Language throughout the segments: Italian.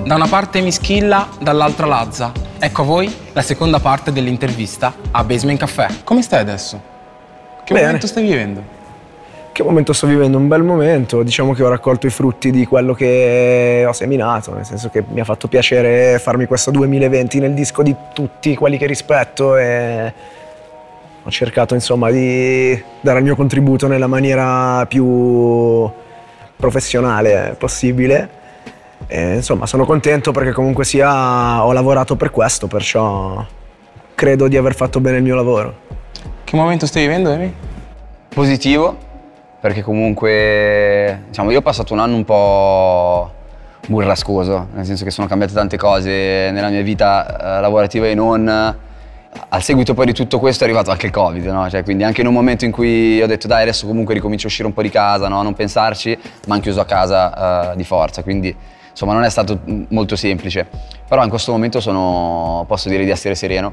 Da una parte Mischilla, dall'altra Lazza. Ecco a voi la seconda parte dell'intervista a Basement Caffè. Come stai adesso? Che Bene. momento stai vivendo? Che momento sto vivendo? Un bel momento, diciamo che ho raccolto i frutti di quello che ho seminato, nel senso che mi ha fatto piacere farmi questo 2020 nel disco di tutti quelli che rispetto e ho cercato insomma di dare il mio contributo nella maniera più professionale possibile. E, insomma, sono contento perché comunque sia ho lavorato per questo, perciò credo di aver fatto bene il mio lavoro. Che momento stai vivendo, Emi? Positivo, perché comunque diciamo, io ho passato un anno un po' burrascoso, nel senso che sono cambiate tante cose nella mia vita lavorativa e non. Al seguito poi di tutto questo è arrivato anche il Covid, no? Cioè, quindi anche in un momento in cui ho detto dai adesso comunque ricomincio a uscire un po' di casa, no? Non pensarci, mi hanno chiuso a casa di forza, quindi insomma non è stato molto semplice, però in questo momento posso dire di essere sereno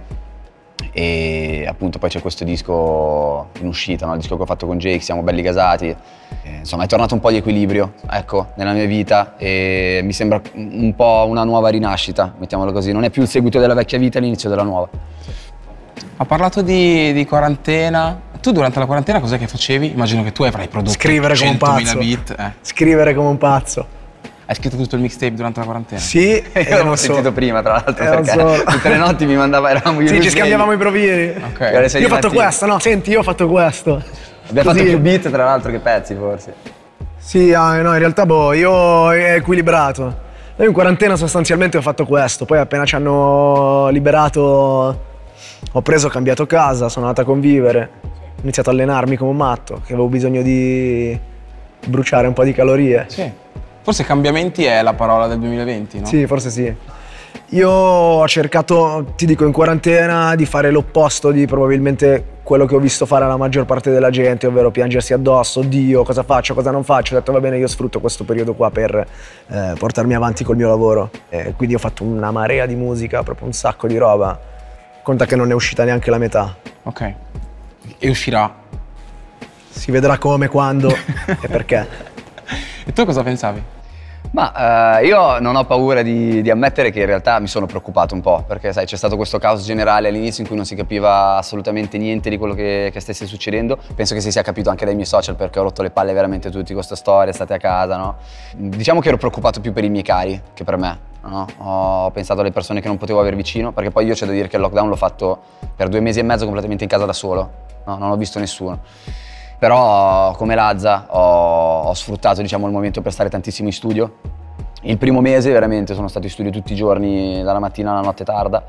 e appunto poi c'è questo disco in uscita, no? Il disco che ho fatto con Jake, siamo belli gasati, insomma è tornato un po' di equilibrio, ecco, nella mia vita e mi sembra un po' una nuova rinascita, mettiamolo così, non è più il seguito della vecchia vita e l'inizio della nuova. Ha parlato di quarantena. Tu durante la quarantena cos'è che facevi? Immagino che tu avrai prodotto Scrivere come un 100.000 pazzo. beat. Scrivere come un pazzo. Hai scritto tutto il mixtape durante la quarantena? Sì, Io l'avevo sentito prima tra l'altro perché tutte le notti mi mandava, eravamo io Sì, lui ci svegli. scambiavamo i provini. Ok. Alle 6 Io ho di fatto mattina. questo, no, senti, io ho fatto questo. Abbiamo Così. fatto più beat tra l'altro che pezzi forse. Sì, no, in realtà io è equilibrato. Io in quarantena sostanzialmente ho fatto questo, poi appena ci hanno liberato ho cambiato casa, sono andato a convivere, ho iniziato a allenarmi come un matto, che avevo bisogno di bruciare un po' di calorie. Sì. Forse cambiamenti è la parola del 2020, no? Sì, forse sì. Io ho cercato, ti dico, in quarantena di fare l'opposto di probabilmente quello che ho visto fare alla maggior parte della gente, ovvero piangersi addosso, oddio, cosa faccio, cosa non faccio. Ho detto va bene, io sfrutto questo periodo qua per portarmi avanti col mio lavoro. E quindi ho fatto una marea di musica, proprio un sacco di roba. Conta che non è uscita neanche la metà. Ok. E uscirà. Si vedrà come, quando e perché. E tu cosa pensavi? Ma io non ho paura di ammettere che in realtà mi sono preoccupato un po', perché sai c'è stato questo caos generale all'inizio in cui non si capiva assolutamente niente di quello che stesse succedendo. Penso che si sia capito anche dai miei social perché ho rotto le palle veramente tutti con questa storia, state a casa, no? Diciamo che ero preoccupato più per i miei cari che per me, no? Ho pensato alle persone che non potevo aver vicino, perché poi io c'è da dire che il lockdown l'ho fatto per 2 mesi e mezzo completamente in casa da solo, no? Non ho visto nessuno. Però come Lazza ho sfruttato diciamo, il momento per stare tantissimo in studio. Il primo mese veramente sono stato in studio tutti i giorni, dalla mattina alla notte tarda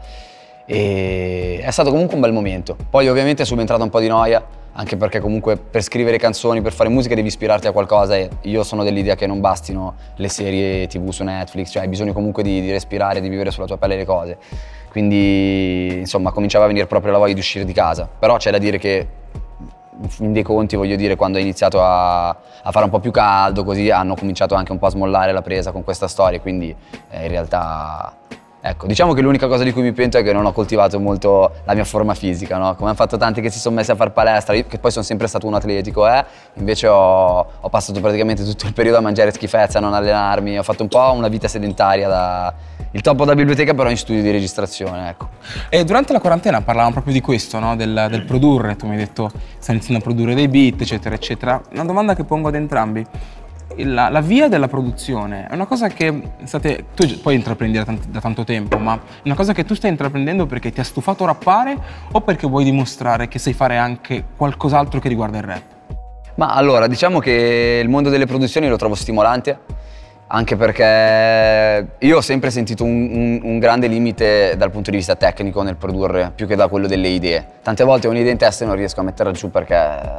e è stato comunque un bel momento. Poi ovviamente è subentrata un po' di noia, anche perché comunque per scrivere canzoni, per fare musica devi ispirarti a qualcosa e io sono dell'idea che non bastino le serie TV su Netflix, cioè hai bisogno comunque di respirare, di vivere sulla tua pelle le cose. Quindi insomma cominciava a venire proprio la voglia di uscire di casa, però c'è da dire che in fin dei conti, voglio dire, quando è iniziato a fare un po' più caldo, così hanno cominciato anche un po' a smollare la presa con questa storia, quindi in realtà, ecco, diciamo che l'unica cosa di cui mi pento è che non ho coltivato molto la mia forma fisica, no? Come hanno fatto tanti che si sono messi a fare palestra, io che poi sono sempre stato un atletico, invece ho passato praticamente tutto il periodo a mangiare schifezze, a non allenarmi, ho fatto un po' una vita sedentaria il topo da biblioteca però in studio di registrazione, ecco. E durante la quarantena parlavamo proprio di questo, no? Del produrre, tu mi hai detto stai iniziando a produrre dei beat, eccetera, eccetera. Una domanda che pongo ad entrambi. La via della produzione è una cosa che tu poi intraprendi da tanto tempo, ma è una cosa che tu stai intraprendendo perché ti ha stufato rappare o perché vuoi dimostrare che sai fare anche qualcos'altro che riguarda il rap? Ma allora, diciamo che il mondo delle produzioni lo trovo stimolante, anche perché io ho sempre sentito un grande limite dal punto di vista tecnico nel produrre, più che da quello delle idee. Tante volte ho un'idea in testa e non riesco a metterla giù perché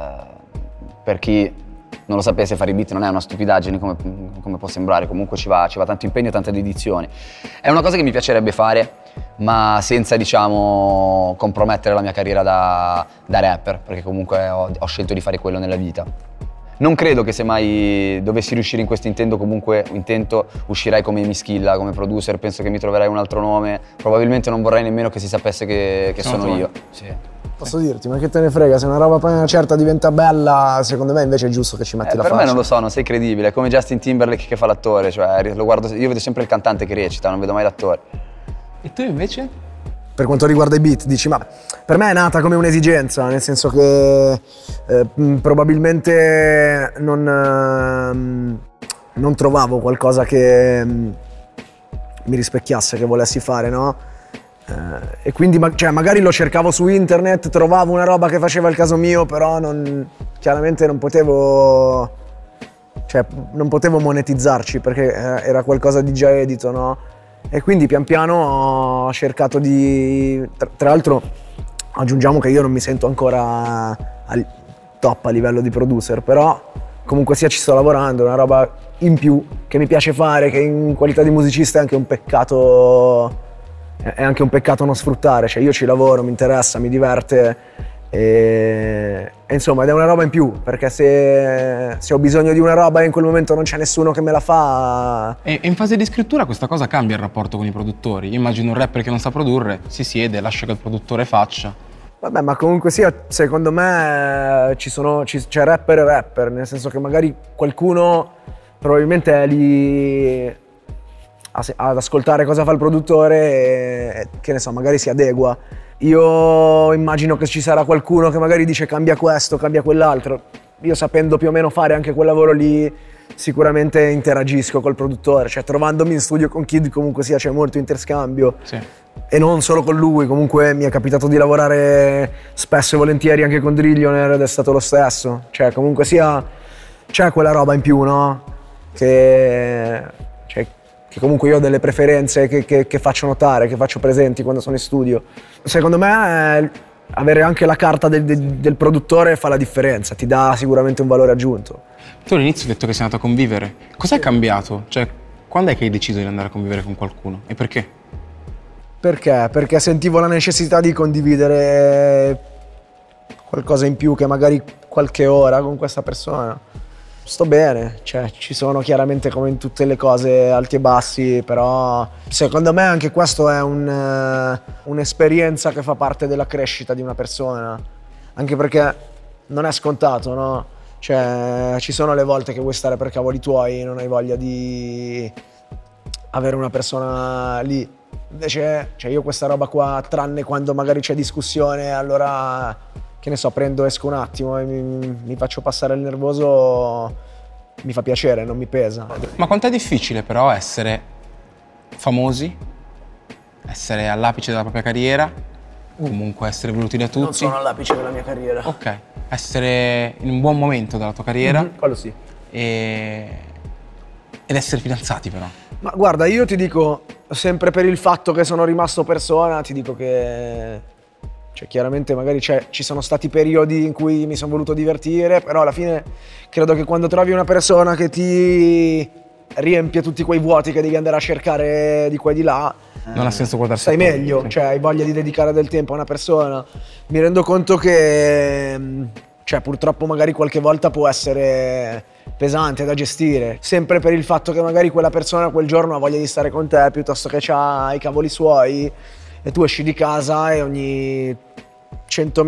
per chi non lo sapesse fare i beat non è una stupidaggine come può sembrare, comunque ci va tanto impegno e tanta dedizione. È una cosa che mi piacerebbe fare, ma senza diciamo compromettere la mia carriera da rapper, perché comunque ho scelto di fare quello nella vita. Non credo che se mai dovessi riuscire in questo intento uscirei come Mischilla, come producer, penso che mi troverai un altro nome, probabilmente non vorrei nemmeno che si sapesse che sono io. Sì. Posso dirti, ma che te ne frega, se una roba poi una certa diventa bella, secondo me invece è giusto che ci metti la Per faccia. me non lo so, non sei credibile, è come Justin Timberlake che fa l'attore, cioè lo guardo, io vedo sempre il cantante che recita, non vedo mai l'attore. E tu invece? Per quanto riguarda i beat, dici, ma per me è nata come un'esigenza, nel senso che probabilmente non trovavo qualcosa che mi rispecchiasse, che volessi fare, no? E quindi magari lo cercavo su internet, trovavo una roba che faceva il caso mio, però chiaramente non potevo monetizzarci perché era qualcosa di già edito, no? E quindi pian piano ho cercato tra l'altro aggiungiamo che io non mi sento ancora al top a livello di producer, però comunque sia ci sto lavorando, è una roba in più che mi piace fare, che in qualità di musicista è anche un peccato non sfruttare, cioè io ci lavoro, mi interessa, mi diverte e insomma ed è una roba in più, perché se ho bisogno di una roba e in quel momento non c'è nessuno che me la fa. E in fase di scrittura questa cosa cambia il rapporto con i produttori? Io immagino un rapper che non sa produrre, si siede, lascia che il produttore faccia. Vabbè, ma comunque sia, secondo me c'è rapper e rapper, nel senso che magari qualcuno probabilmente è lì ad ascoltare cosa fa il produttore e, che ne so, magari si adegua. Io immagino che ci sarà qualcuno che magari dice cambia questo, cambia quell'altro. Io sapendo più o meno fare anche quel lavoro lì, sicuramente interagisco col produttore, cioè trovandomi in studio con Kid comunque sia c'è molto interscambio. Sì. E non solo con lui, comunque mi è capitato di lavorare spesso e volentieri anche con Drillionaire ed è stato lo stesso. Cioè comunque sia c'è quella roba in più, no? Che comunque io ho delle preferenze che faccio notare, che faccio presenti quando sono in studio. Secondo me avere anche la carta del produttore fa la differenza, ti dà sicuramente un valore aggiunto. Tu all'inizio hai detto che sei andato a convivere. Cos'è cambiato? Cioè, quando è che hai deciso di andare a convivere con qualcuno? E perché? Perché? Perché sentivo la necessità di condividere qualcosa in più che magari qualche ora con questa persona. Sto bene, cioè ci sono chiaramente come in tutte le cose alti e bassi, però secondo me anche questo è un'esperienza che fa parte della crescita di una persona, anche perché non è scontato, no? Cioè ci sono le volte che vuoi stare per cavoli tuoi, non hai voglia di avere una persona lì. Invece, cioè io questa roba qua, tranne quando magari c'è discussione, allora che ne so, esco un attimo e mi faccio passare il nervoso, mi fa piacere, non mi pesa. Ma quanto è difficile però essere famosi, essere all'apice della propria carriera, comunque essere voluti da tutti? Non sono all'apice della mia carriera. Ok, essere in un buon momento della tua carriera. Quello sì. Ed essere fidanzati però. Ma guarda, io ti dico, sempre per il fatto che sono rimasto persona, ti dico che cioè chiaramente magari ci sono stati periodi in cui mi sono voluto divertire, però alla fine credo che quando trovi una persona che ti riempie tutti quei vuoti che devi andare a cercare di qua e di là, non ha senso guardarsi stai attorno, meglio, sì. cioè hai voglia di dedicare del tempo a una persona. Mi rendo conto che cioè purtroppo magari qualche volta può essere pesante da gestire, sempre per il fatto che magari quella persona quel giorno ha voglia di stare con te piuttosto che c'ha i cavoli suoi e tu esci di casa e ogni 100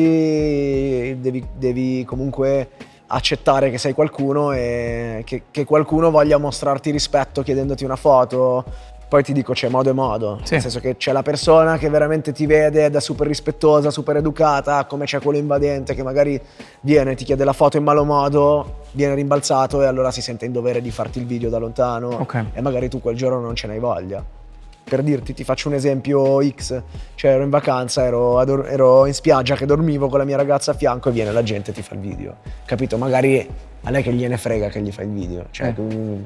metri devi comunque accettare che sei qualcuno e che qualcuno voglia mostrarti rispetto chiedendoti una foto. Poi ti dico c'è modo e modo, sì. Nel senso che c'è la persona che veramente ti vede ed è super rispettosa, super educata, come c'è quello invadente che magari viene, ti chiede la foto in malo modo, viene rimbalzato e allora si sente in dovere di farti il video da lontano, Okay. E magari tu quel giorno non ce n'hai voglia. Per dirti, ti faccio un esempio X, cioè ero in vacanza, ero in spiaggia che dormivo con la mia ragazza a fianco e viene la gente e ti fa il video, capito? Magari a lei che gliene frega che gli fai il video, cioè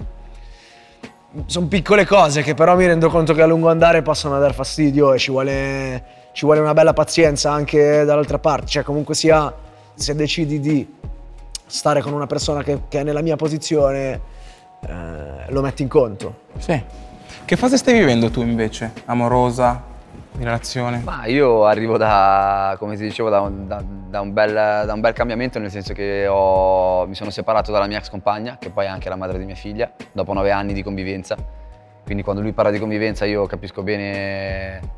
sono piccole cose che però mi rendo conto che a lungo andare possono dar fastidio e ci vuole una bella pazienza anche dall'altra parte, cioè comunque sia, se decidi di stare con una persona che è nella mia posizione, lo metti in conto. Sì. Che fase stai vivendo tu invece? Amorosa? Di relazione? Ma io arrivo come ti dicevo, da un bel cambiamento, nel senso che mi sono separato dalla mia ex compagna, che poi è anche la madre di mia figlia, dopo 9 anni di convivenza. Quindi quando lui parla di convivenza io capisco bene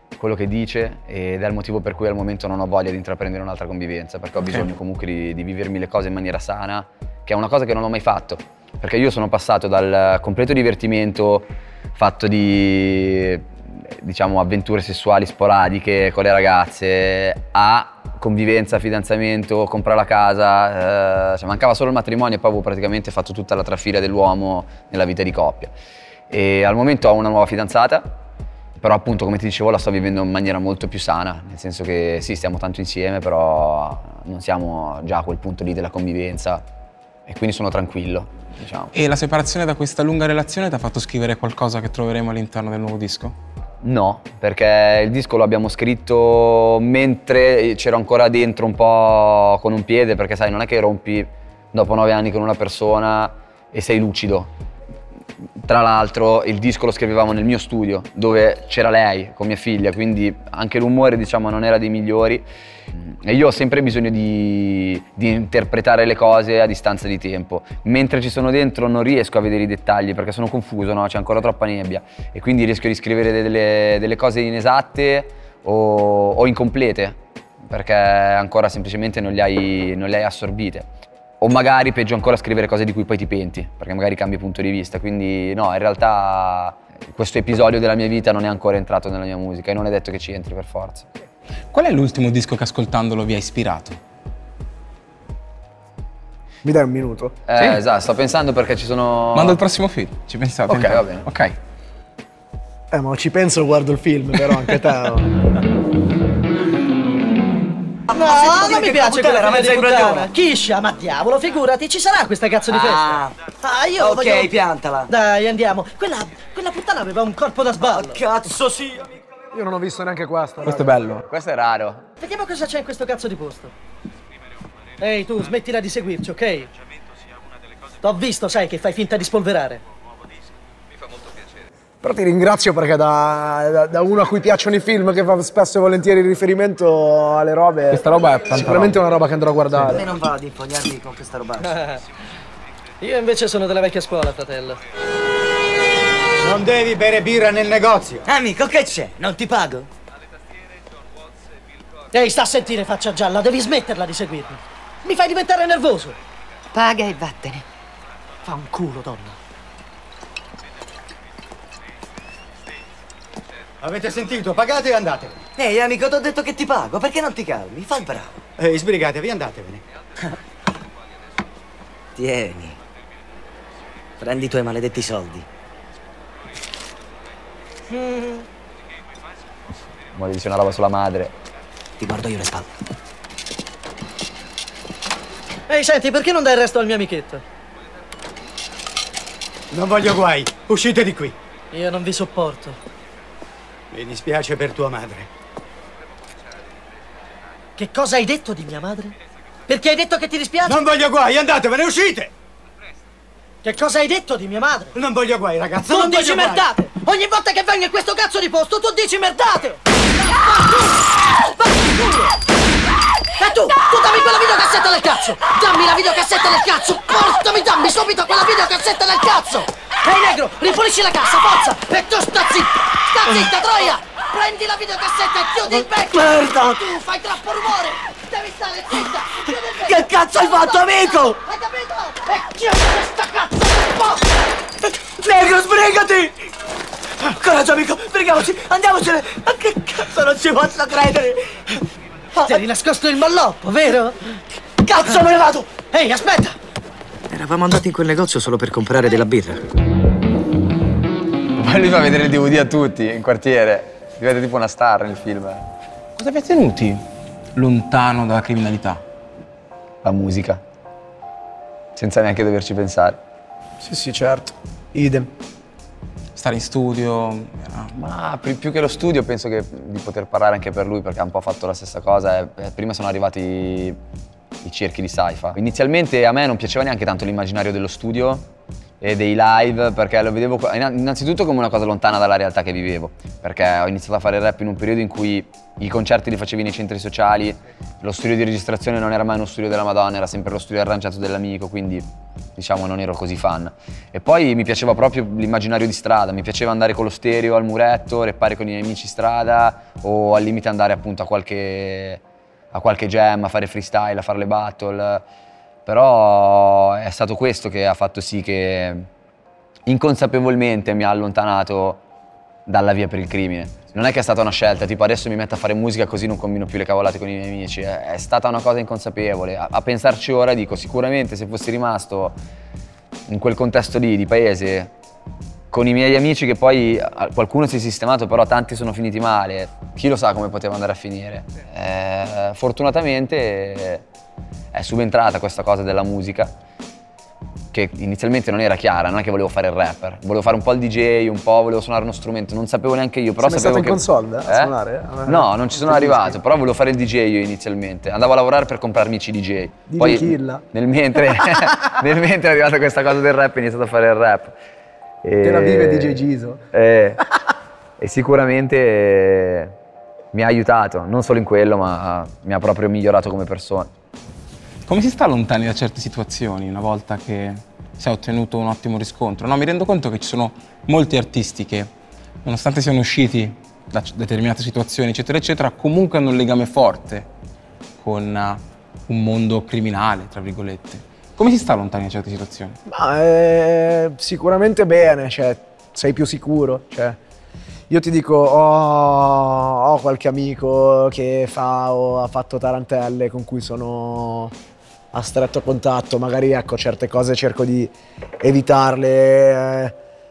quello che dice, ed è il motivo per cui al momento non ho voglia di intraprendere un'altra convivenza, perché ho bisogno comunque di vivermi le cose in maniera sana, che è una cosa che non ho mai fatto, perché io sono passato dal completo divertimento fatto di, diciamo, avventure sessuali sporadiche con le ragazze a convivenza, fidanzamento, comprare la casa, cioè mancava solo il matrimonio e poi avevo praticamente fatto tutta la trafila dell'uomo nella vita di coppia. E al momento ho una nuova fidanzata, però appunto come ti dicevo la sto vivendo in maniera molto più sana, nel senso che sì, stiamo tanto insieme, però non siamo già a quel punto lì della convivenza e quindi sono tranquillo, diciamo. E la separazione da questa lunga relazione ti ha fatto scrivere qualcosa che troveremo all'interno del nuovo disco? No, perché il disco lo abbiamo scritto mentre c'ero ancora dentro un po' con un piede, perché sai, non è che rompi dopo 9 anni con una persona e sei lucido. Tra l'altro il disco lo scrivevamo nel mio studio, dove c'era lei con mia figlia, quindi anche l'umore, diciamo, non era dei migliori. E io ho sempre bisogno di interpretare le cose a distanza di tempo. Mentre ci sono dentro non riesco a vedere i dettagli perché sono confuso, no? C'è ancora troppa nebbia e quindi rischio di scrivere delle cose inesatte o incomplete perché ancora semplicemente non le hai assorbite. O magari, peggio ancora, scrivere cose di cui poi ti penti, perché magari cambi punto di vista. Quindi no, in realtà questo episodio della mia vita non è ancora entrato nella mia musica e non è detto che ci entri per forza. Qual è l'ultimo disco che ascoltandolo vi ha ispirato? Mi dai un minuto? Sì. Esatto, sto pensando perché ci sono... Mando il prossimo film, ci pensate? Ok, va bene. Ok. Ma ci penso, guardo il film, però anche te. No, non mi piace quella figlia di puttana. Chiscia, ma diavolo, figurati, ci sarà questa cazzo di festa. Io ok, voglio... piantala. Dai, andiamo. Quella puttana aveva un corpo da sballo. Cazzo sì, Io non ho visto neanche questo. Questo è bello. Questo è raro. Vediamo cosa c'è in questo cazzo di posto. Ehi, tu, smettila di seguirci, ok? T'ho visto, sai, che fai finta di spolverare. Però ti ringrazio perché da uno a cui piacciono i film, che fa spesso e volentieri riferimento alle robe, Questa roba è tanta sicuramente roba. una roba che andrò a guardare. a me non va di infogliarmi con questa roba. Io invece sono della vecchia scuola, fratello. Non devi bere birra nel negozio. Amico, che c'è? Non ti pago? Ehi, sta a sentire, faccia gialla, devi smetterla di seguirmi. Mi fai diventare nervoso. Paga e vattene. Fa un culo, donna. Avete sentito? Pagate e andatevene. Ehi, amico, t'ho detto che ti pago, perché non ti calmi? Fai il bravo. Sbrigatevi, andatevene. Tieni. Prendi i tuoi maledetti soldi. Ma dice una roba sulla madre. Ti guardo io le spalle. Ehi, senti, perché non dai il resto al mio amichetto? Non voglio guai. Uscite di qui. Io non vi sopporto. Mi dispiace per tua madre. Che cosa hai detto di mia madre? Perché hai detto che ti dispiace? Non voglio guai, andatevene, uscite! Che cosa hai detto di mia madre? Non voglio guai, ragazzo. Tu non dici voglio guai. merdate! Ogni volta che vengo in questo cazzo di posto, tu dici merdate! E tu dammi quella videocassetta del cazzo! Dammi la videocassetta del cazzo! Portami, dammi subito quella videocassetta del cazzo! Ehi negro, ripulisci la cassa, forza! E tu sta zitta, troia! Prendi la videocassetta e chiudi il becco! Merda! Tu fai troppo rumore! Devi stare zitta! Chiudi il becco! Che cazzo hai fatto, amico? Hai capito? E chiudi questa cazzo di posto! Negro, sbrigati! Coraggio, amico, sbrighiamoci, andiamocene! Ma che cazzo, non ci posso credere! Ti eri nascosto il malloppo, vero? Cazzo, me ne vado! Ehi, aspetta! Eravamo andati in quel negozio solo per comprare della birra. Poi lui fa vedere il DVD a tutti in quartiere. Diventa tipo una star nel film. Cosa vi ha tenuti lontano dalla criminalità? La musica. Senza neanche doverci pensare. Sì, certo. Idem. Stare in studio? Ma più che lo studio penso che di poter parlare anche per lui perché ha un po' fatto la stessa cosa. Prima sono arrivati i cerchi di Saifa. Inizialmente a me non piaceva neanche tanto l'immaginario dello studio e dei live, perché lo vedevo innanzitutto come una cosa lontana dalla realtà che vivevo, perché ho iniziato a fare rap in un periodo in cui i concerti li facevi nei centri sociali, lo studio di registrazione non era mai uno studio della Madonna, era sempre lo studio arrangiato dell'amico, quindi diciamo non ero così fan. E poi mi piaceva proprio l'immaginario di strada, mi piaceva andare con lo stereo al muretto, rappare con i miei amici in strada o al limite andare appunto a qualche jam, a fare freestyle, a fare le battle. Però è stato questo che ha fatto sì che inconsapevolmente mi ha allontanato dalla via per il crimine. Non è che è stata una scelta, tipo adesso mi metto a fare musica così non combino più le cavolate con i miei amici, è stata una cosa inconsapevole. A pensarci ora dico sicuramente se fossi rimasto in quel contesto lì di paese con i miei amici, che poi qualcuno si è sistemato però tanti sono finiti male, chi lo sa come poteva andare a finire. Fortunatamente è subentrata questa cosa della musica che inizialmente non era chiara, non è che volevo fare il rapper, volevo fare un po' il DJ, un po' volevo suonare uno strumento, non sapevo neanche io, però sei sapevo stato in console a suonare? No, non ci sono arrivato, però volevo fare il DJ io inizialmente, andavo a lavorare per comprarmi i DJ. Poi Killa. nel mentre è arrivata questa cosa del rap, ho iniziato a fare il rap. Te la vive DJ Giso. E sicuramente mi ha aiutato, non solo in quello, ma mi ha proprio migliorato come persona. Come si sta lontani da certe situazioni una volta che si è ottenuto un ottimo riscontro? No, mi rendo conto che ci sono molti artisti che, nonostante siano usciti da determinate situazioni, eccetera, eccetera, comunque hanno un legame forte con un mondo criminale, tra virgolette. Come si sta lontani da certe situazioni? Ma sicuramente bene, cioè, sei più sicuro. Cioè, io ti dico, ho qualche amico che fa o ha fatto tarantelle con cui sono a stretto contatto, magari ecco certe cose cerco di evitarle,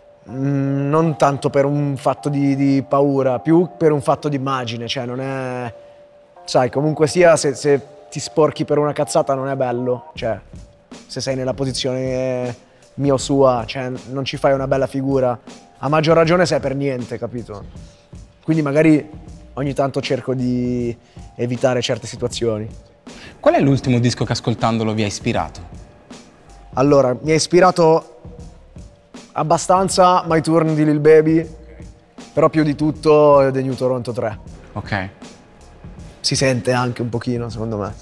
non tanto per un fatto di paura, più per un fatto di immagine, cioè non è, sai, comunque sia se ti sporchi per una cazzata non è bello, cioè se sei nella posizione mia o sua, cioè non ci fai una bella figura, a maggior ragione se è per niente, capito? Quindi magari ogni tanto cerco di evitare certe situazioni. Qual è l'ultimo disco che ascoltandolo vi ha ispirato? Allora, mi ha ispirato abbastanza My Turn di Lil Baby, però più di tutto The New Toronto 3. Ok. Si sente anche un pochino, secondo me.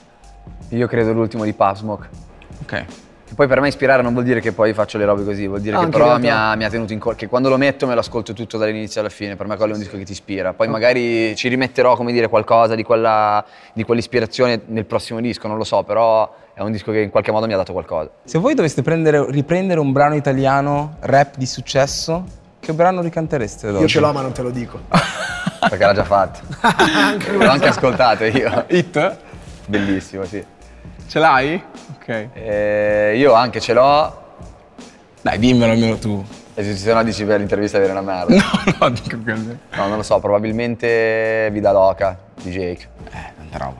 Io credo l'ultimo di Pop Smoke. Ok. Che poi per me ispirare non vuol dire che poi faccio le robe così, vuol dire che però mi ha tenuto in che quando lo metto me lo ascolto tutto dall'inizio alla fine, per me quello è un disco che ti ispira. Poi magari ci rimetterò, come dire, qualcosa di quell'ispirazione nel prossimo disco, non lo so, però è un disco che in qualche modo mi ha dato qualcosa. Se voi doveste riprendere un brano italiano rap di successo, che brano ricantereste? Io ce l'ho ma non te lo dico. Perché l'ha già fatto. L'ho anche ascoltato io. Hit? Bellissimo, sì. Ce l'hai? Ok. Io anche ce l'ho. Dai, dimmelo almeno tu. E se no dici per l'intervista viene una merda. No, dico quello. No, non lo so, probabilmente Vida Loca di Jake. Tanta roba.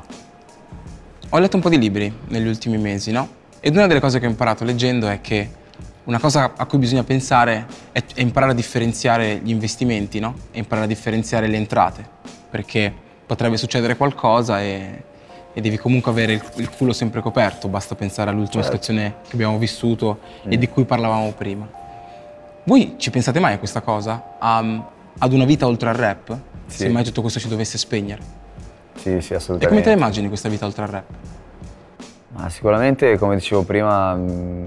Ho letto un po' di libri negli ultimi mesi, no? Ed una delle cose che ho imparato leggendo è che una cosa a cui bisogna pensare è imparare a differenziare gli investimenti, no? E imparare a differenziare le entrate. Perché potrebbe succedere qualcosa e devi comunque avere il culo sempre coperto, basta pensare all'ultima situazione che abbiamo vissuto e di cui parlavamo prima. Voi ci pensate mai a questa cosa? Ad una vita oltre al rap? Sì. Se mai tutto questo si dovesse spegnere? Sì, assolutamente. E come te la immagini questa vita oltre al rap? Ma sicuramente, come dicevo prima,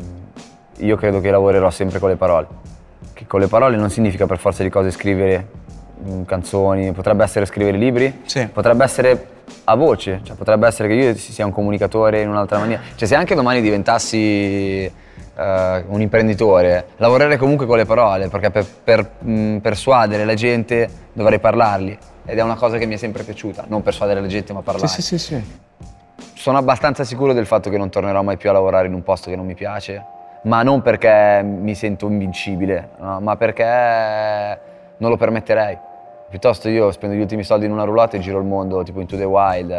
io credo che lavorerò sempre con le parole. Che con le parole non significa per forza di cose scrivere canzoni, potrebbe essere scrivere libri, sì. Potrebbe essere a voce, cioè potrebbe essere che io sia un comunicatore in un'altra maniera. Cioè se anche domani diventassi un imprenditore, lavorerei comunque con le parole, perché per persuadere la gente dovrei parlarli. Ed è una cosa che mi è sempre piaciuta, non persuadere la gente ma parlare. Sì. Sono abbastanza sicuro del fatto che non tornerò mai più a lavorare in un posto che non mi piace, ma non perché mi sento invincibile, no? Ma perché non lo permetterei. Piuttosto io spendo gli ultimi soldi in una roulotte e giro il mondo tipo Into the Wild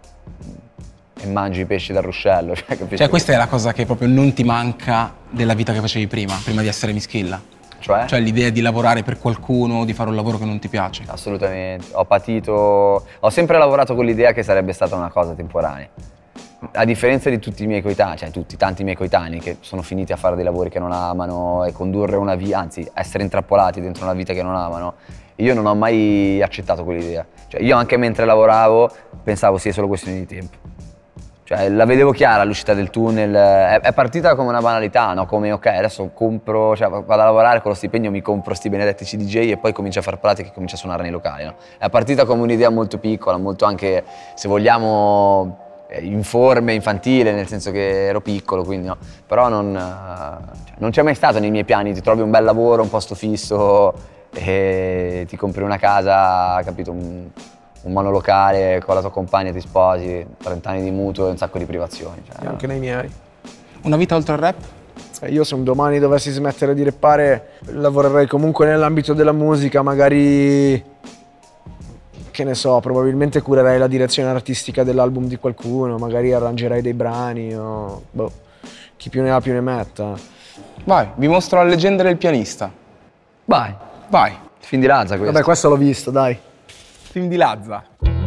e mangio i pesci dal ruscello. Cioè questa è la cosa che proprio non ti manca della vita che facevi prima di essere Mischilla? Cioè l'idea di lavorare per qualcuno, di fare un lavoro che non ti piace? Assolutamente, ho sempre lavorato con l'idea che sarebbe stata una cosa temporanea. A differenza di tutti i miei coetanei, cioè tanti miei coetanei che sono finiti a fare dei lavori che non amano e condurre una vita, anzi essere intrappolati dentro una vita che non amano, io non ho mai accettato quell'idea. Cioè io anche mentre lavoravo pensavo sia solo questione di tempo. Cioè la vedevo chiara l'uscita del tunnel, è partita come una banalità, no? Come ok, adesso compro, cioè vado a lavorare con lo stipendio, mi compro sti benedetti CDJ e poi comincio a fare pratiche e comincio a suonare nei locali, no? È partita come un'idea molto piccola, molto anche, se vogliamo, informe, infantile, nel senso che ero piccolo, quindi no. Però non c'è mai stato nei miei piani, ti trovi un bel lavoro, un posto fisso e ti compri una casa, capito? Un monolocale con la tua compagna, ti sposi, 30 anni di mutuo e un sacco di privazioni. Cioè, E anche nei miei. Una vita oltre al rap? Io se un domani dovessi smettere di rappare lavorerei comunque nell'ambito della musica, magari, che ne so, probabilmente curerei la direzione artistica dell'album di qualcuno, magari arrangerei dei brani o boh, chi più ne ha più ne metta. Vai, vi mostro la leggenda del pianista. Vai, Vai, film di Lazza questo. Vabbè, questo l'ho visto, dai. film di Lazza.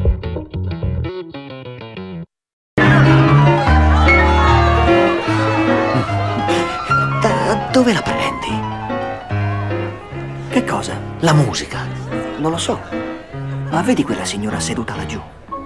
Da dove la prendi? Che cosa? La musica? Non lo so. Ma vedi quella signora seduta laggiù?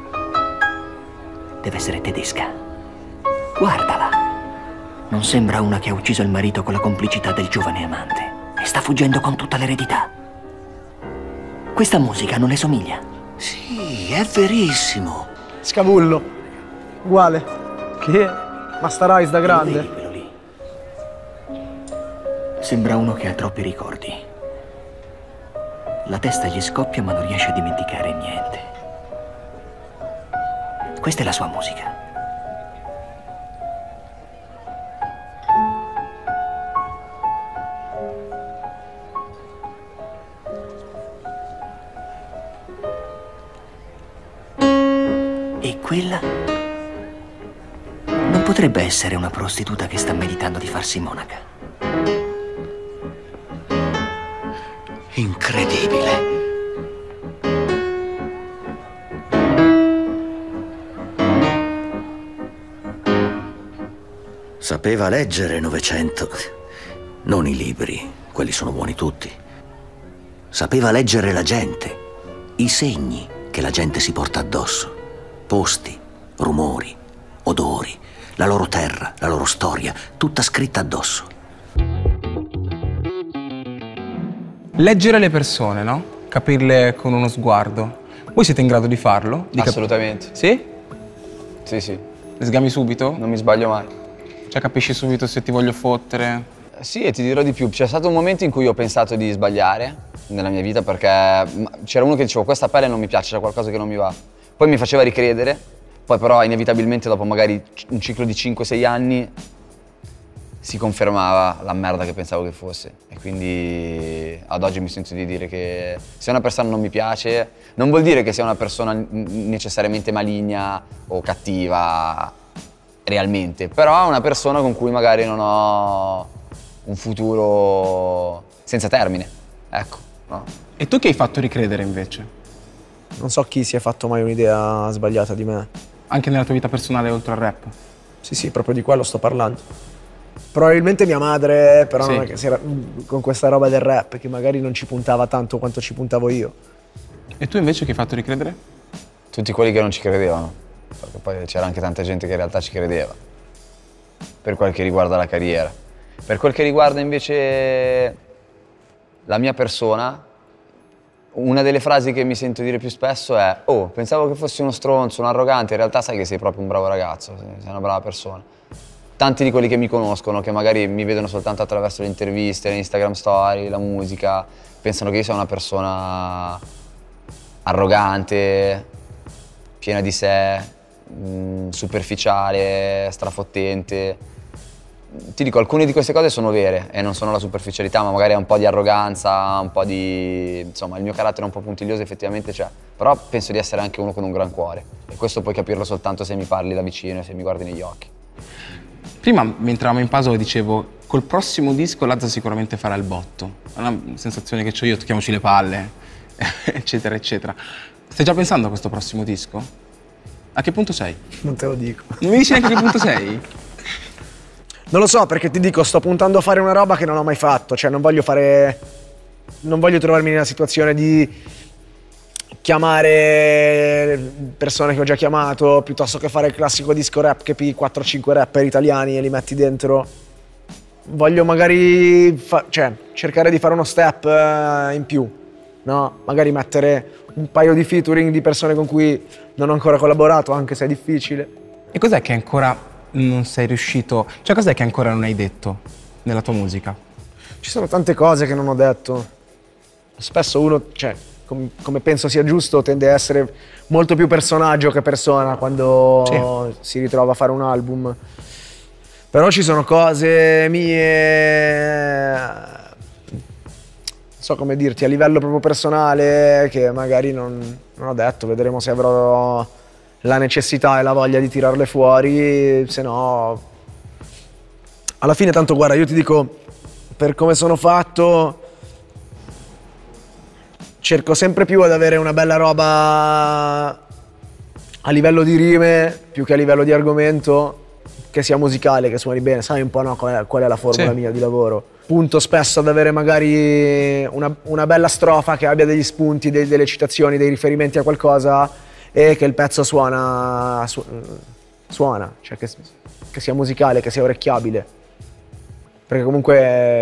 Deve essere tedesca. Guardala. Non sembra una che ha ucciso il marito con la complicità del giovane amante e sta fuggendo con tutta l'eredità. Questa musica non le somiglia? Sì, è verissimo. Scavullo. Uguale. Che? Master Eyes da grande. Vedi quello lì? Sembra uno che ha troppi ricordi. La testa gli scoppia ma non riesce a dimenticare niente. Questa è la sua musica. E quella non potrebbe essere una prostituta che sta meditando di farsi monaca. Incredibile. Sapeva leggere Novecento. Non i libri, quelli sono buoni tutti. Sapeva leggere la gente, i segni che la gente si porta addosso. Posti, rumori, odori, la loro terra, la loro storia, tutta scritta addosso. Leggere le persone, no? Capirle con uno sguardo. Voi siete in grado di farlo? Assolutamente. Sì? Sì, sì, Le sgami subito? non mi sbaglio mai. Cioè capisci subito se ti voglio fottere? Sì, e ti dirò di più, c'è stato un momento in cui ho pensato di sbagliare nella mia vita perché c'era uno che diceva questa pelle non mi piace, c'è qualcosa che non mi va. Poi mi faceva ricredere, poi però inevitabilmente dopo magari un ciclo di 5-6 anni si confermava la merda che pensavo che fosse. E quindi ad oggi mi sento di dire che se una persona non mi piace, non vuol dire che sia una persona necessariamente maligna o cattiva realmente, però è una persona con cui magari non ho un futuro senza termine, ecco. No. E tu che hai fatto ricredere invece? Non so chi si è fatto mai un'idea sbagliata di me. Anche nella tua vita personale oltre al rap? Sì, proprio di quello sto parlando. Probabilmente mia madre, però Sì. non è che si era con questa roba del rap, che magari non ci puntava tanto quanto ci puntavo io. E tu invece che hai fatto ricredere? Tutti quelli che non ci credevano, perché poi c'era anche tanta gente che in realtà ci credeva, per quel che riguarda la carriera. Per quel che riguarda invece la mia persona, una delle frasi che mi sento dire più spesso è «Oh, pensavo che fossi uno stronzo, un arrogante, in realtà sai che sei proprio un bravo ragazzo, sei una brava persona». Tanti di quelli che mi conoscono, che magari mi vedono soltanto attraverso le interviste, le Instagram story, la musica, pensano che io sia una persona arrogante, piena di sé, superficiale, strafottente. Ti dico, alcune di queste cose sono vere e non sono la superficialità, ma magari è un po' di arroganza, un po' di... insomma, il mio carattere è un po' puntiglioso, effettivamente c'è. Però penso di essere anche uno con un gran cuore e questo puoi capirlo soltanto se mi parli da vicino e se mi guardi negli occhi. Prima, mentre eravamo in pausa, dicevo, col prossimo disco Lazza sicuramente farà il botto. È una sensazione che ho io, tocchiamoci le palle, eccetera, eccetera. Stai già pensando a questo prossimo disco? A che punto sei? Non te lo dico. Non mi dici neanche a che punto sei? Non lo so, perché ti dico, sto puntando a fare una roba che non ho mai fatto, cioè non voglio trovarmi nella situazione di chiamare persone che ho già chiamato, piuttosto che fare il classico disco rap che pigli 4-5 rapper italiani e li metti dentro. Voglio magari cercare di fare uno step in più, no? Magari mettere un paio di featuring di persone con cui non ho ancora collaborato, anche se è difficile. E cos'è che ancora non sei riuscito, cioè cos'è che ancora non hai detto nella tua musica? Ci sono tante cose che non ho detto. Spesso uno, come penso sia giusto, tende a essere molto più personaggio che persona quando si ritrova a fare un album. Però ci sono cose mie, non so come dirti, a livello proprio personale che magari non ho detto. Vedremo se avrò la necessità e la voglia di tirarle fuori, se no... Alla fine tanto guarda, io ti dico, per come sono fatto, cerco sempre più ad avere una bella roba a livello di rime, più che a livello di argomento, che sia musicale, che suoni bene. Sai un po', no, qual è la formula mia di lavoro. Punto spesso ad avere magari una bella strofa che abbia degli spunti, delle citazioni, dei riferimenti a qualcosa e che il pezzo suona, cioè che sia musicale, che sia orecchiabile. Perché comunque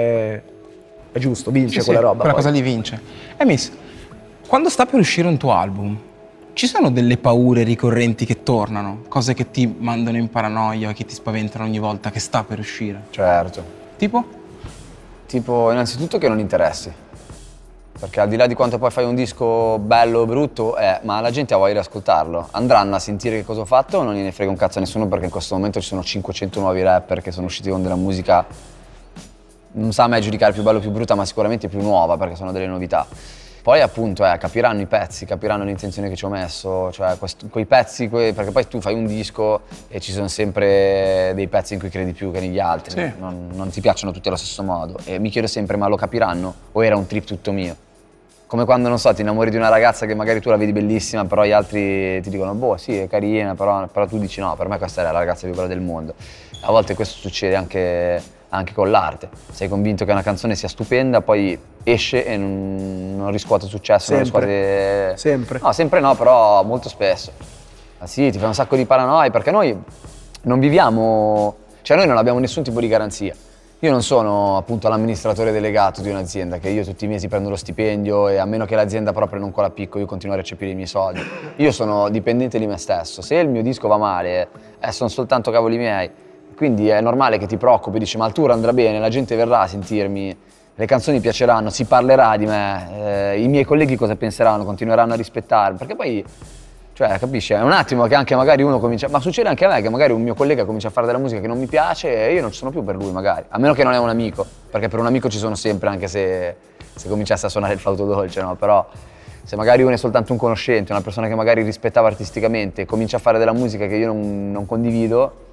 è giusto, vince quella roba. Quella cosa lì vince. Miss, quando sta per uscire un tuo album, ci sono delle paure ricorrenti che tornano? Cose che ti mandano in paranoia, che ti spaventano ogni volta che sta per uscire? Certo. Tipo? Tipo, innanzitutto che non interessi. Perché al di là di quanto poi fai un disco bello o brutto, ma la gente ha voglia di ascoltarlo. Andranno a sentire che cosa ho fatto o non gliene frega un cazzo a nessuno, perché in questo momento ci sono 500 nuovi rapper che sono usciti con della musica, non sa mai giudicare più bello o più brutta, ma sicuramente più nuova, perché sono delle novità. Poi appunto capiranno i pezzi, capiranno l'intenzione che ci ho messo, cioè quei pezzi, perché poi tu fai un disco e ci sono sempre dei pezzi in cui credi più che negli altri, Sì. non ti piacciono tutti allo stesso modo e mi chiedo sempre, ma lo capiranno o era un trip tutto mio? Come quando, non so, ti innamori di una ragazza che magari tu la vedi bellissima, però gli altri ti dicono, boh sì è carina, però tu dici no, per me questa è la ragazza più bella del mondo. A volte questo succede anche con l'arte. Sei convinto che una canzone sia stupenda, poi esce e non riscuote successo, Sempre. Sempre. No, sempre no, però molto spesso. Ma sì, ti fai un sacco di paranoia, perché noi non viviamo, cioè noi non abbiamo nessun tipo di garanzia. Io non sono appunto l'amministratore delegato di un'azienda, che io tutti i mesi prendo lo stipendio e a meno che l'azienda proprio non cola a picco io continuo a recepire i miei soldi. Io sono dipendente di me stesso, se il mio disco va male sono soltanto cavoli miei. Quindi è normale che ti preoccupi, dici ma il tour andrà bene, la gente verrà a sentirmi, le canzoni piaceranno, si parlerà di me, i miei colleghi cosa penseranno, continueranno a rispettarmi, perché poi, cioè capisci, è un attimo che anche magari uno comincia, ma succede anche a me che magari un mio collega comincia a fare della musica che non mi piace e io non ci sono più per lui magari, a meno che non è un amico, perché per un amico ci sono sempre anche se cominciasse a suonare il flauto dolce, no? Però se magari uno è soltanto un conoscente, una persona che magari rispettava artisticamente, comincia a fare della musica che io non condivido,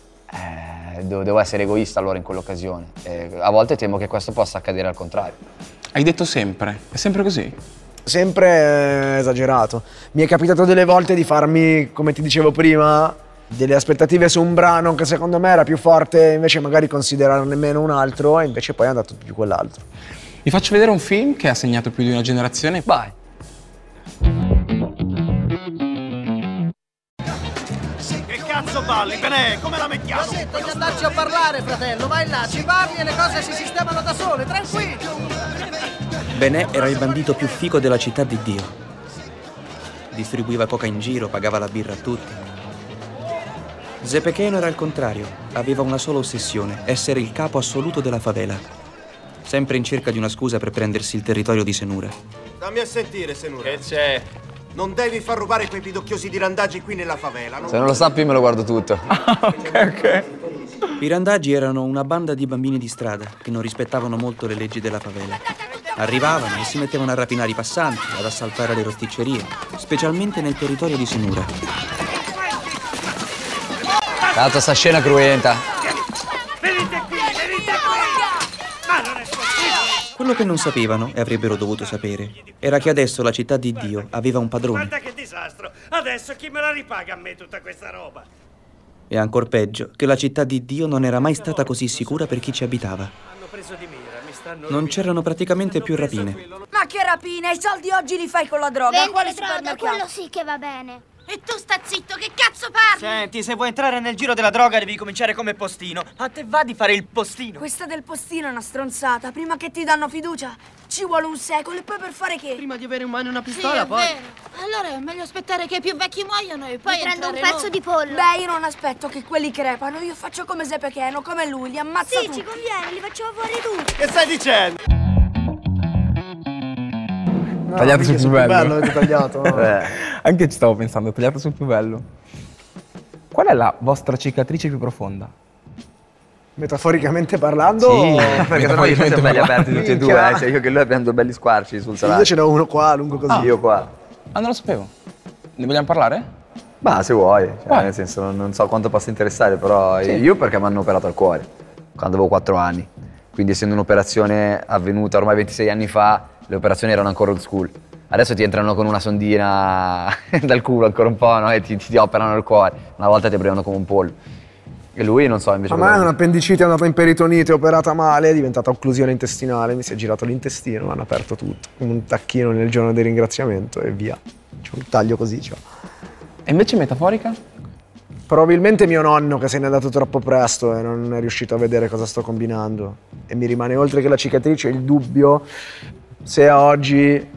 devo essere egoista allora in quell'occasione. A volte temo che questo possa accadere al contrario. Hai detto sempre? È sempre così? Sempre esagerato. Mi è capitato delle volte di farmi, come ti dicevo prima, delle aspettative su un brano che secondo me era più forte, invece magari considerarne meno un altro e invece poi è andato più quell'altro. Vi faccio vedere un film che ha segnato più di una generazione. Vai. Cazzo balli, Benè, come la mettiamo? Ma sento di andarci a parlare, fratello, vai là, ci parli e le cose si sistemano da sole, tranquillo. Benè era il bandito più fico della città di Dio. Distribuiva coca in giro, pagava la birra a tutti. Zepecheno era il contrario, aveva una sola ossessione, essere il capo assoluto della favela. Sempre in cerca di una scusa per prendersi il territorio di Senura. Dammi a sentire, Senura. Che c'è? Non devi far rubare quei pidocchiosi di randaggi qui nella favela, no? Se non lo sappi me lo guardo tutto. Ok. I randaggi erano una banda di bambini di strada che non rispettavano molto le leggi della favela. Arrivavano e si mettevano a rapinare i passanti, ad assaltare le rosticcerie, specialmente nel territorio di Senura. Tanto sta scena cruenta. Venite qui! Ma non è possibile! Quello che non sapevano, e avrebbero dovuto sapere, era che adesso la città di Dio aveva un padrone. Guarda che disastro! disastro. Adesso chi me la ripaga a me tutta questa roba? E ancor peggio, che la città di Dio non era mai stata così sicura per chi ci abitava. Hanno preso di mira, mi stanno... Non c'erano praticamente più rapine. Ma che rapine? I soldi oggi li fai con la droga? Vendere Quale droga, supermercato? quello sì che va bene. E tu sta zitto, che cazzo parli? Senti, se vuoi entrare nel giro della droga devi cominciare come postino. A te va di fare il postino. Questa del postino è una stronzata. Prima che ti danno fiducia ci vuole un secolo, e poi per fare che? Prima di avere in mano una Sì, pistola, è poi... vero. Allora è meglio aspettare che i più vecchi muoiono e poi prendo un pezzo di pollo. Beh, io non aspetto che quelli crepano. Io faccio come Seppe Cheno, come lui, li ammazzo Sì, tutti. ci conviene, li facciamo fuori tutti. Che stai dicendo? No, Tagliato sul più bello. avete tagliato. No? Anche ci stavo pensando, tagliato sul più bello. Qual è la vostra cicatrice più profonda? Metaforicamente parlando, Sì, Perché sennò io siamo belli aperti tutti e due, Minchia. cioè io che lui abbiamo due belli squarci sul io salario. ce n'ho uno qua, lungo così. Io qua. Ah, non lo sapevo. Ne vogliamo parlare? Ma se vuoi, cioè, Vai. nel senso non so quanto possa interessare, però io perché mi hanno operato al cuore quando avevo 4 anni. Quindi essendo un'operazione avvenuta ormai 26 anni fa, le operazioni erano ancora old school. Adesso ti entrano con una sondina dal culo ancora un po', no? E ti operano il cuore. Una volta ti aprivano come un pollo. E lui non so invece. A me è un'appendicite, è andata in peritonite, operata male, è diventata occlusione intestinale, mi si è girato l'intestino, hanno aperto tutto, come un tacchino nel giorno del ringraziamento e via. C'è un taglio così, cioè. E invece metaforica? Probabilmente mio nonno che se n'è andato troppo presto e non è riuscito a vedere cosa sto combinando. E mi rimane oltre che la cicatrice il dubbio se a oggi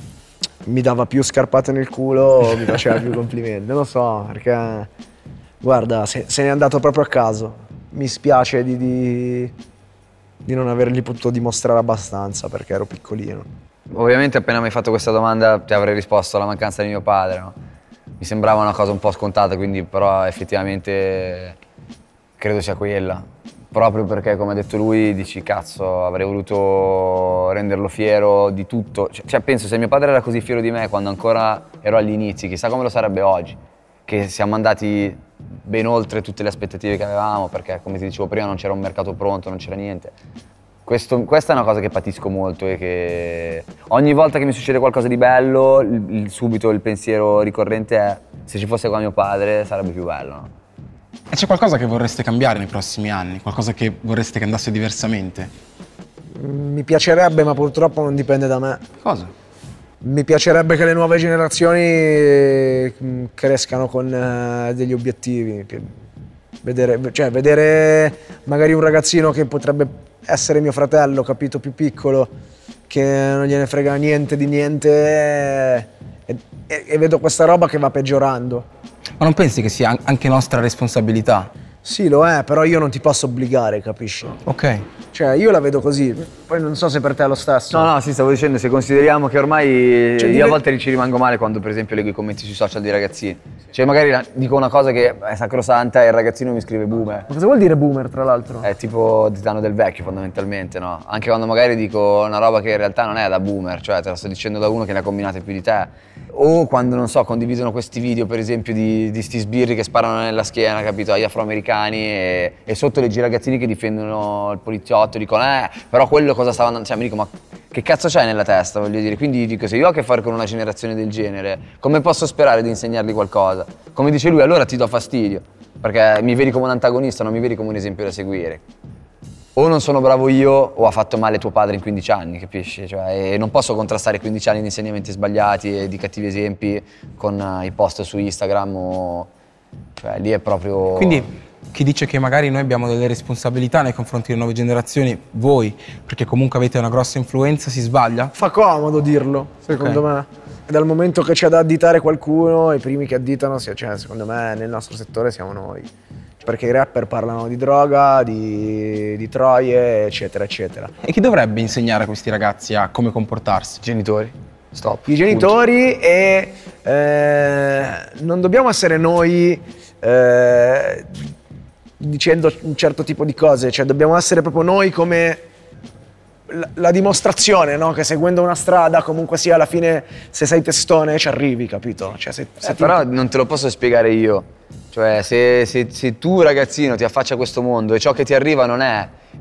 mi dava più scarpate nel culo o mi faceva più complimenti. Non lo so, perché guarda, se n'è andato proprio a caso. Mi spiace di non avergli potuto dimostrare abbastanza perché ero piccolino. Ovviamente appena mi hai fatto questa domanda ti avrei risposto alla mancanza di mio padre, no? Mi sembrava una cosa un po' scontata, quindi però effettivamente credo sia quella. Proprio perché, come ha detto lui, dici cazzo, avrei voluto renderlo fiero di tutto. Cioè penso, se mio padre era così fiero di me quando ancora ero agli inizi, chissà come lo sarebbe oggi. Che siamo andati ben oltre tutte le aspettative che avevamo, perché come ti dicevo prima non c'era un mercato pronto, non c'era niente. Questa è una cosa che patisco molto e che ogni volta che mi succede qualcosa di bello, subito il pensiero ricorrente è se ci fosse qua mio padre sarebbe più bello, no? E c'è qualcosa che vorreste cambiare nei prossimi anni? Qualcosa che vorreste che andasse diversamente? Mi piacerebbe, ma purtroppo non dipende da me. Cosa? Mi piacerebbe che le nuove generazioni crescano con degli obiettivi. Vedere magari un ragazzino che potrebbe essere mio fratello, capito, più piccolo, che non gliene frega niente di niente e vedo questa roba che va peggiorando. Ma non pensi che sia anche nostra responsabilità? Sì, lo è, però io non ti posso obbligare, capisci? Ok. Cioè, io la vedo così, poi non so se per te è lo stesso. No, sì, stavo dicendo, se consideriamo che ormai io a volte ci rimango male quando per esempio leggo i commenti sui social dei ragazzini. Cioè magari dico una cosa che è sacrosanta e il ragazzino mi scrive boomer. Ma cosa vuol dire boomer, tra l'altro? È tipo titano del vecchio fondamentalmente, no? Anche quando magari dico una roba che in realtà non è da boomer, cioè te la sto dicendo da uno che ne ha combinate più di te. O quando, non so, condividono questi video per esempio di sti sbirri che sparano nella schiena, capito, agli afroamericani e sotto leggi i ragazzini che difendono il poliziotto, dicono però quello cosa stava andando, cioè mi dico ma che cazzo c'hai nella testa, voglio dire, quindi dico se io ho a che fare con una generazione del genere, come posso sperare di insegnargli qualcosa? Come dice lui, allora ti do fastidio, perché mi vedi come un antagonista, non mi vedi come un esempio da seguire. O non sono bravo io o ha fatto male tuo padre in 15 anni, capisci? Cioè, e non posso contrastare 15 anni di insegnamenti sbagliati e di cattivi esempi con i post su Instagram o... cioè lì è proprio... Quindi chi dice che magari noi abbiamo delle responsabilità nei confronti delle nuove generazioni, voi, perché comunque avete una grossa influenza, si sbaglia? Fa comodo dirlo, secondo me. E dal momento che c'è da additare qualcuno, i primi che additano, cioè, secondo me nel nostro settore siamo noi. Perché i rapper parlano di droga, di troie, eccetera, eccetera. E chi dovrebbe insegnare a questi ragazzi a come comportarsi? Genitori. Stop. I genitori e non dobbiamo essere noi dicendo un certo tipo di cose, cioè dobbiamo essere proprio noi come la dimostrazione, no? Che seguendo una strada comunque sia alla fine se sei testone ci arrivi, capito? Cioè, se però non te lo posso spiegare io. Cioè se tu ragazzino ti affacci a questo mondo e ciò che ti arriva non è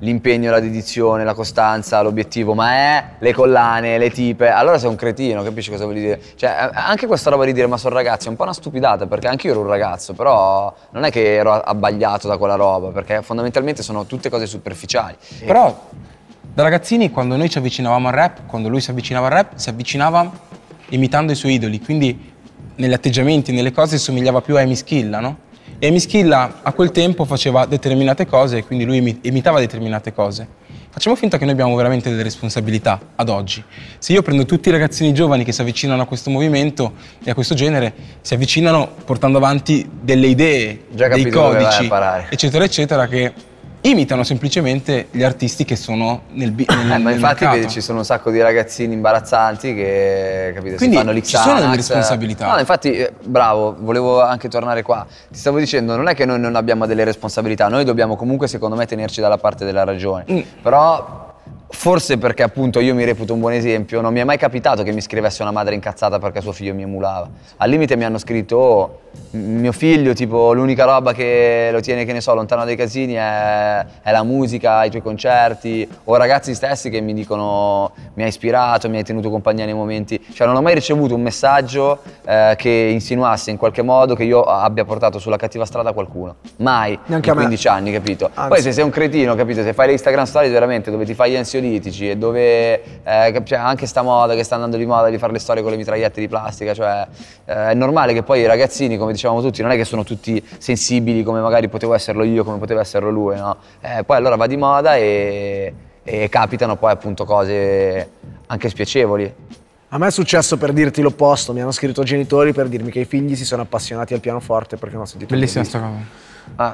l'impegno, la dedizione, la costanza, l'obiettivo, ma è le collane, le tipe, allora sei un cretino, capisci cosa voglio dire? Cioè, anche questa roba di dire ma sono ragazzi è un po' una stupidata, perché anche io ero un ragazzo, però non è che ero abbagliato da quella roba, perché fondamentalmente sono tutte cose superficiali. Però da ragazzini, quando noi ci avvicinavamo al rap, quando lui si avvicinava al rap, si avvicinava imitando i suoi idoli, quindi negli atteggiamenti, nelle cose somigliava più a Emischilla, no? E Emischilla a quel tempo faceva determinate cose e quindi lui imitava determinate cose. Facciamo finta che noi abbiamo veramente delle responsabilità ad oggi. Se io prendo tutti i ragazzini giovani che si avvicinano a questo movimento e a questo genere, si avvicinano portando avanti delle idee, dei codici, eccetera, eccetera, che imitano semplicemente gli artisti che sono nel ma infatti mercato. ci sono un sacco di ragazzini imbarazzanti che, capite, Quindi si fanno l'Xanax. ci sono delle responsabilità. No, infatti, bravo, volevo anche tornare qua. Ti stavo dicendo, non è che noi non abbiamo delle responsabilità, noi dobbiamo comunque, secondo me, tenerci dalla parte della ragione. Però forse perché appunto io mi reputo un buon esempio, non mi è mai capitato che mi scrivesse una madre incazzata perché suo figlio mi emulava. Al limite mi hanno scritto, oh, mio figlio, tipo, l'unica roba che lo tiene, che ne so, lontano dai casini è la musica, i tuoi concerti, o ragazzi stessi che mi dicono mi hai ispirato, mi hai tenuto compagnia nei momenti. Cioè non ho mai ricevuto un messaggio che insinuasse in qualche modo che io abbia portato sulla cattiva strada qualcuno. Mai. Neanche in a me. 15 anni, capito? Anzi. Poi se sei un cretino, capito? Se fai le Instagram stories veramente dove ti fai gli ansiolitici e dove cioè, anche sta moda che sta andando di moda di fare le storie con le mitragliette di plastica, cioè è normale che poi i ragazzini, come dicevamo tutti, non è che sono tutti sensibili come magari potevo esserlo io, come poteva esserlo lui, no? Poi allora va di moda e capitano poi appunto cose anche spiacevoli. A me è successo, per dirti l'opposto, mi hanno scritto genitori per dirmi che i figli si sono appassionati al pianoforte perché non ho sentito. Bellissima sta cosa.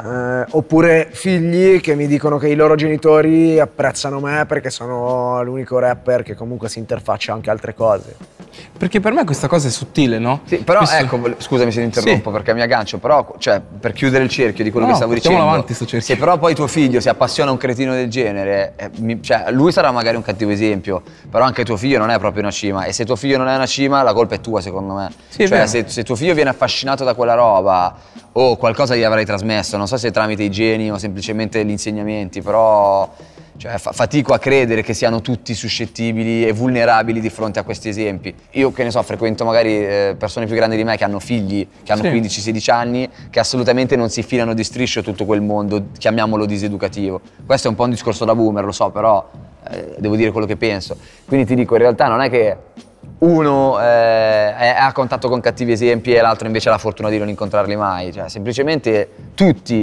Oppure figli che mi dicono che i loro genitori apprezzano me perché sono l'unico rapper che comunque si interfaccia anche altre cose. Perché per me questa cosa è sottile, no? Sì, però Spesso... ecco, scusami se ti interrompo perché mi aggancio, però cioè per chiudere il cerchio di quello che stavo dicendo, avanti sto cerchio. Se però poi tuo figlio si appassiona a un cretino del genere, cioè lui sarà magari un cattivo esempio, però anche tuo figlio non è proprio una cima, e se tuo figlio non è una cima la colpa è tua, secondo me. Sì, cioè se tuo figlio viene affascinato da quella roba o qualcosa gli avrai trasmesso, non so se tramite i geni o semplicemente gli insegnamenti, però cioè, fatico a credere che siano tutti suscettibili e vulnerabili di fronte a questi esempi. Io, che ne so, frequento magari persone più grandi di me che hanno figli, che hanno 15-16 anni, che assolutamente non si filano di striscio tutto quel mondo, chiamiamolo diseducativo. Questo è un po' un discorso da boomer, lo so, però devo dire quello che penso. Quindi ti dico, in realtà non è che uno è a contatto con cattivi esempi e l'altro invece ha la fortuna di non incontrarli mai, cioè semplicemente tutti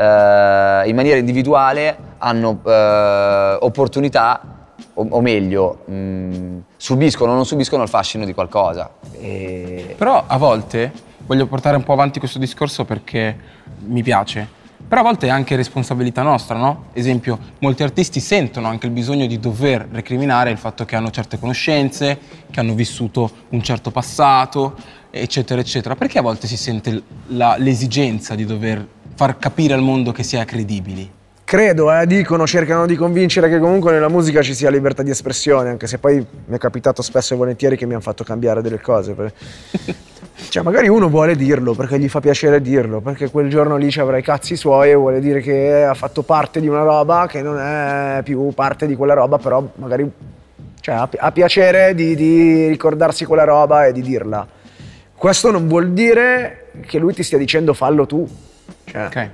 in maniera individuale hanno opportunità o meglio subiscono o non subiscono il fascino di qualcosa. Però a volte, voglio portare un po' avanti questo discorso perché mi piace, però a volte è anche responsabilità nostra, no? Esempio, molti artisti sentono anche il bisogno di dover recriminare il fatto che hanno certe conoscenze, che hanno vissuto un certo passato, eccetera, eccetera. Perché a volte si sente l'esigenza di dover far capire al mondo che si è credibili? Credo, dicono, cercano di convincere che comunque nella musica ci sia libertà di espressione, anche se poi mi è capitato spesso e volentieri che mi hanno fatto cambiare delle cose. Cioè magari uno vuole dirlo perché gli fa piacere dirlo, perché quel giorno lì ci avrà i cazzi suoi e vuole dire che ha fatto parte di una roba che non è più parte di quella roba, però magari ha piacere di ricordarsi quella roba e di dirla. Questo non vuol dire che lui ti stia dicendo fallo tu. Cioè. Ok.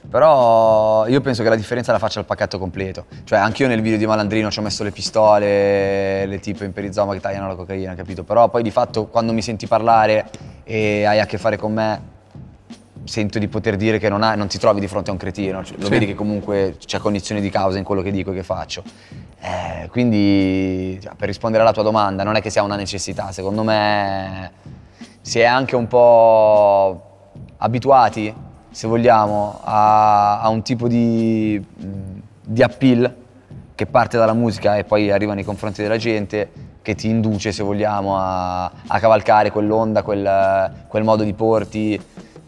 Però io penso che la differenza la faccia il pacchetto completo. Cioè anch'io nel video di Malandrino ci ho messo le pistole, le tipe in perizoma che tagliano la cocaina, capito? Però poi di fatto quando mi senti parlare e hai a che fare con me, sento di poter dire che non ti trovi di fronte a un cretino. Cioè, lo vedi che comunque c'è cognizione di causa in quello che dico e che faccio. Quindi per rispondere alla tua domanda, non è che sia una necessità. Secondo me si è anche un po' abituati, se vogliamo, a un tipo di appeal che parte dalla musica e poi arriva nei confronti della gente, che ti induce, se vogliamo, a cavalcare quell'onda, quel modo di porti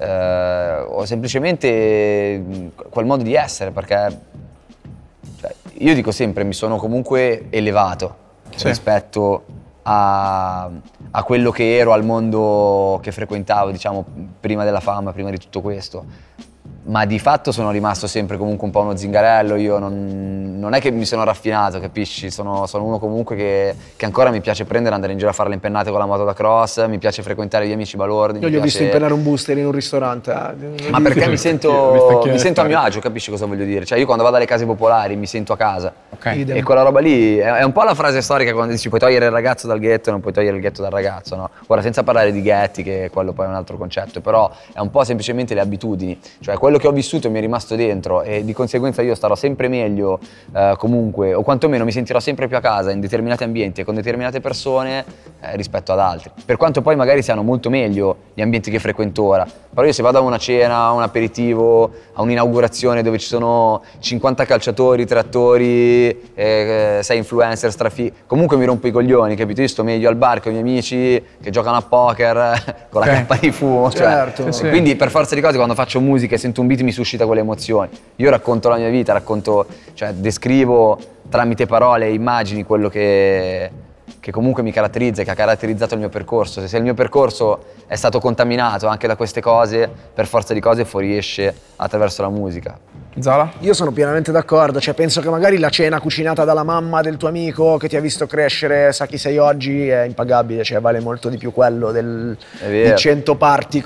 o semplicemente quel modo di essere, perché cioè, io dico sempre, mi sono comunque elevato rispetto a quello che ero, al mondo che frequentavo, diciamo, prima della fama, prima di tutto questo. ma di fatto sono rimasto sempre comunque un po' uno zingarello. Io non è che mi sono raffinato, capisci? Sono uno comunque che ancora mi piace prendere, andare in giro a fare le impennate con la moto da cross, mi piace frequentare gli amici balordi. Io gli ho visto impennare un booster in un ristorante. Ma perché mi sento a mio agio, capisci cosa voglio dire? Cioè io quando vado alle case popolari mi sento a casa. Okay. E quella roba lì è un po' la frase storica quando dici puoi togliere il ragazzo dal ghetto e non puoi togliere il ghetto dal ragazzo, no? Ora senza parlare di ghetti, che quello poi è un altro concetto, però è un po' semplicemente le abitudini. Cioè quello che ho vissuto mi è rimasto dentro e di conseguenza io starò sempre meglio comunque, o quantomeno mi sentirò sempre più a casa in determinati ambienti e con determinate persone rispetto ad altri. Per quanto poi magari siano molto meglio gli ambienti che frequento ora, però io se vado a una cena, a un aperitivo, a un'inaugurazione dove ci sono 50 calciatori, 3 attori, 6 influencer, comunque mi rompo i coglioni, capito? Io sto meglio al bar con i miei amici che giocano a poker con la cappa di fumo, certo. Cioè, quindi per forza di cose quando faccio musica e sento un beat mi suscita quelle emozioni. Io racconto la mia vita, cioè descrivo tramite parole e immagini quello che comunque mi caratterizza e che ha caratterizzato il mio percorso. Se il mio percorso è stato contaminato anche da queste cose, per forza di cose fuoriesce attraverso la musica. Zala? Io sono pienamente d'accordo, cioè penso che magari la cena cucinata dalla mamma del tuo amico che ti ha visto crescere, sa chi sei oggi, è impagabile, cioè vale molto di più quello di 100 party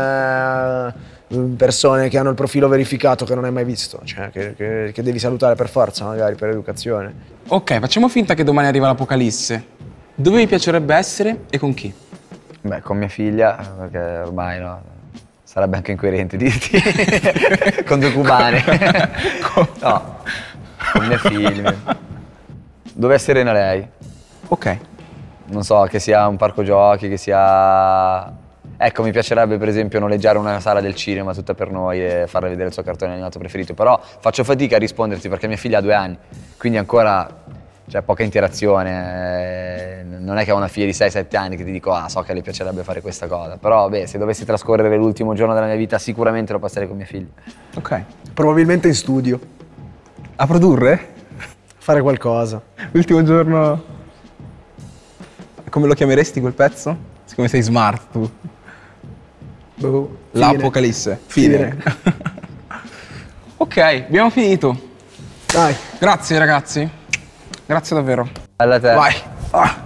con persone che hanno il profilo verificato che non hai mai visto, cioè che devi salutare per forza magari per educazione. Ok, facciamo finta che domani arriva l'apocalisse. Dove vi piacerebbe essere e con chi? Beh, con mia figlia, perché ormai no, sarebbe anche incoerente dirti con 2 cubane. No, con mia figlia. Dove è serena lei? Ok. Non so, che sia un parco giochi, che sia... Ecco, mi piacerebbe per esempio noleggiare una sala del cinema tutta per noi e farle vedere il suo cartone animato preferito, però faccio fatica a risponderti perché mia figlia ha 2 anni, quindi ancora c'è poca interazione, non è che ho una figlia di 6-7 anni che ti dico so che le piacerebbe fare questa cosa, però beh, se dovessi trascorrere l'ultimo giorno della mia vita sicuramente lo passerei con mia figlia. Ok. Probabilmente in studio. A produrre? Fare qualcosa. L'ultimo giorno... Come lo chiameresti quel pezzo? Siccome sei smart tu. L'apocalisse. Fine. Ok, abbiamo finito. Dai. Grazie ragazzi. Grazie davvero. Alla te. Vai.